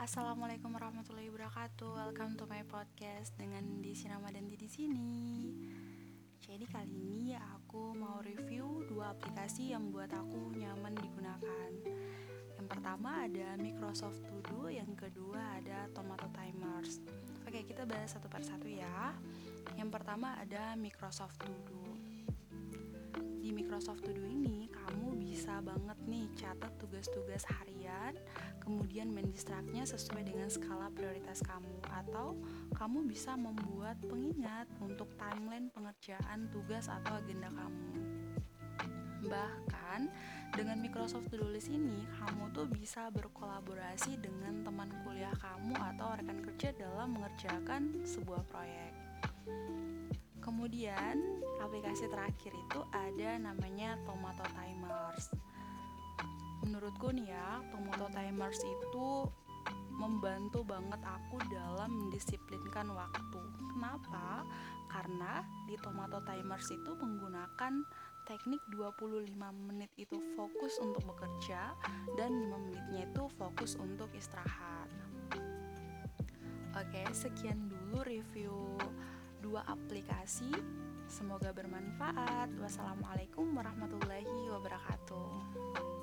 Assalamualaikum warahmatullahi wabarakatuh. Welcome to my podcast dengan Desi Ramadanti di sini. Jadi kali ini aku mau review dua aplikasi yang buat aku nyaman digunakan. Yang pertama ada Microsoft To Do, yang kedua ada Tomato Timers. Oke, kita bahas satu persatu ya. Yang pertama ada Microsoft To Do. Di Microsoft To Do ini kamu bisa banget nih catat tugas-tugas harian, kemudian mendistraktnya sesuai dengan skala prioritas kamu, atau kamu bisa membuat pengingat untuk timeline pengerjaan tugas atau agenda kamu. Bahkan dengan Microsoft To Do List ini kamu tuh bisa berkolaborasi dengan teman kuliah kamu atau rekan kerja dalam mengerjakan sebuah proyek. Kemudian aplikasi terakhir itu ada namanya Tomato Timers. Menurutku nih ya, Tomato Timers itu membantu banget aku dalam mendisiplinkan waktu. Kenapa? Karena di Tomato Timers itu menggunakan teknik 25 menit itu fokus untuk bekerja dan 5 menitnya itu fokus untuk istirahat. Oke, sekian dulu review dua aplikasi. Semoga bermanfaat. Wassalamualaikum warahmatullahi wabarakatuh.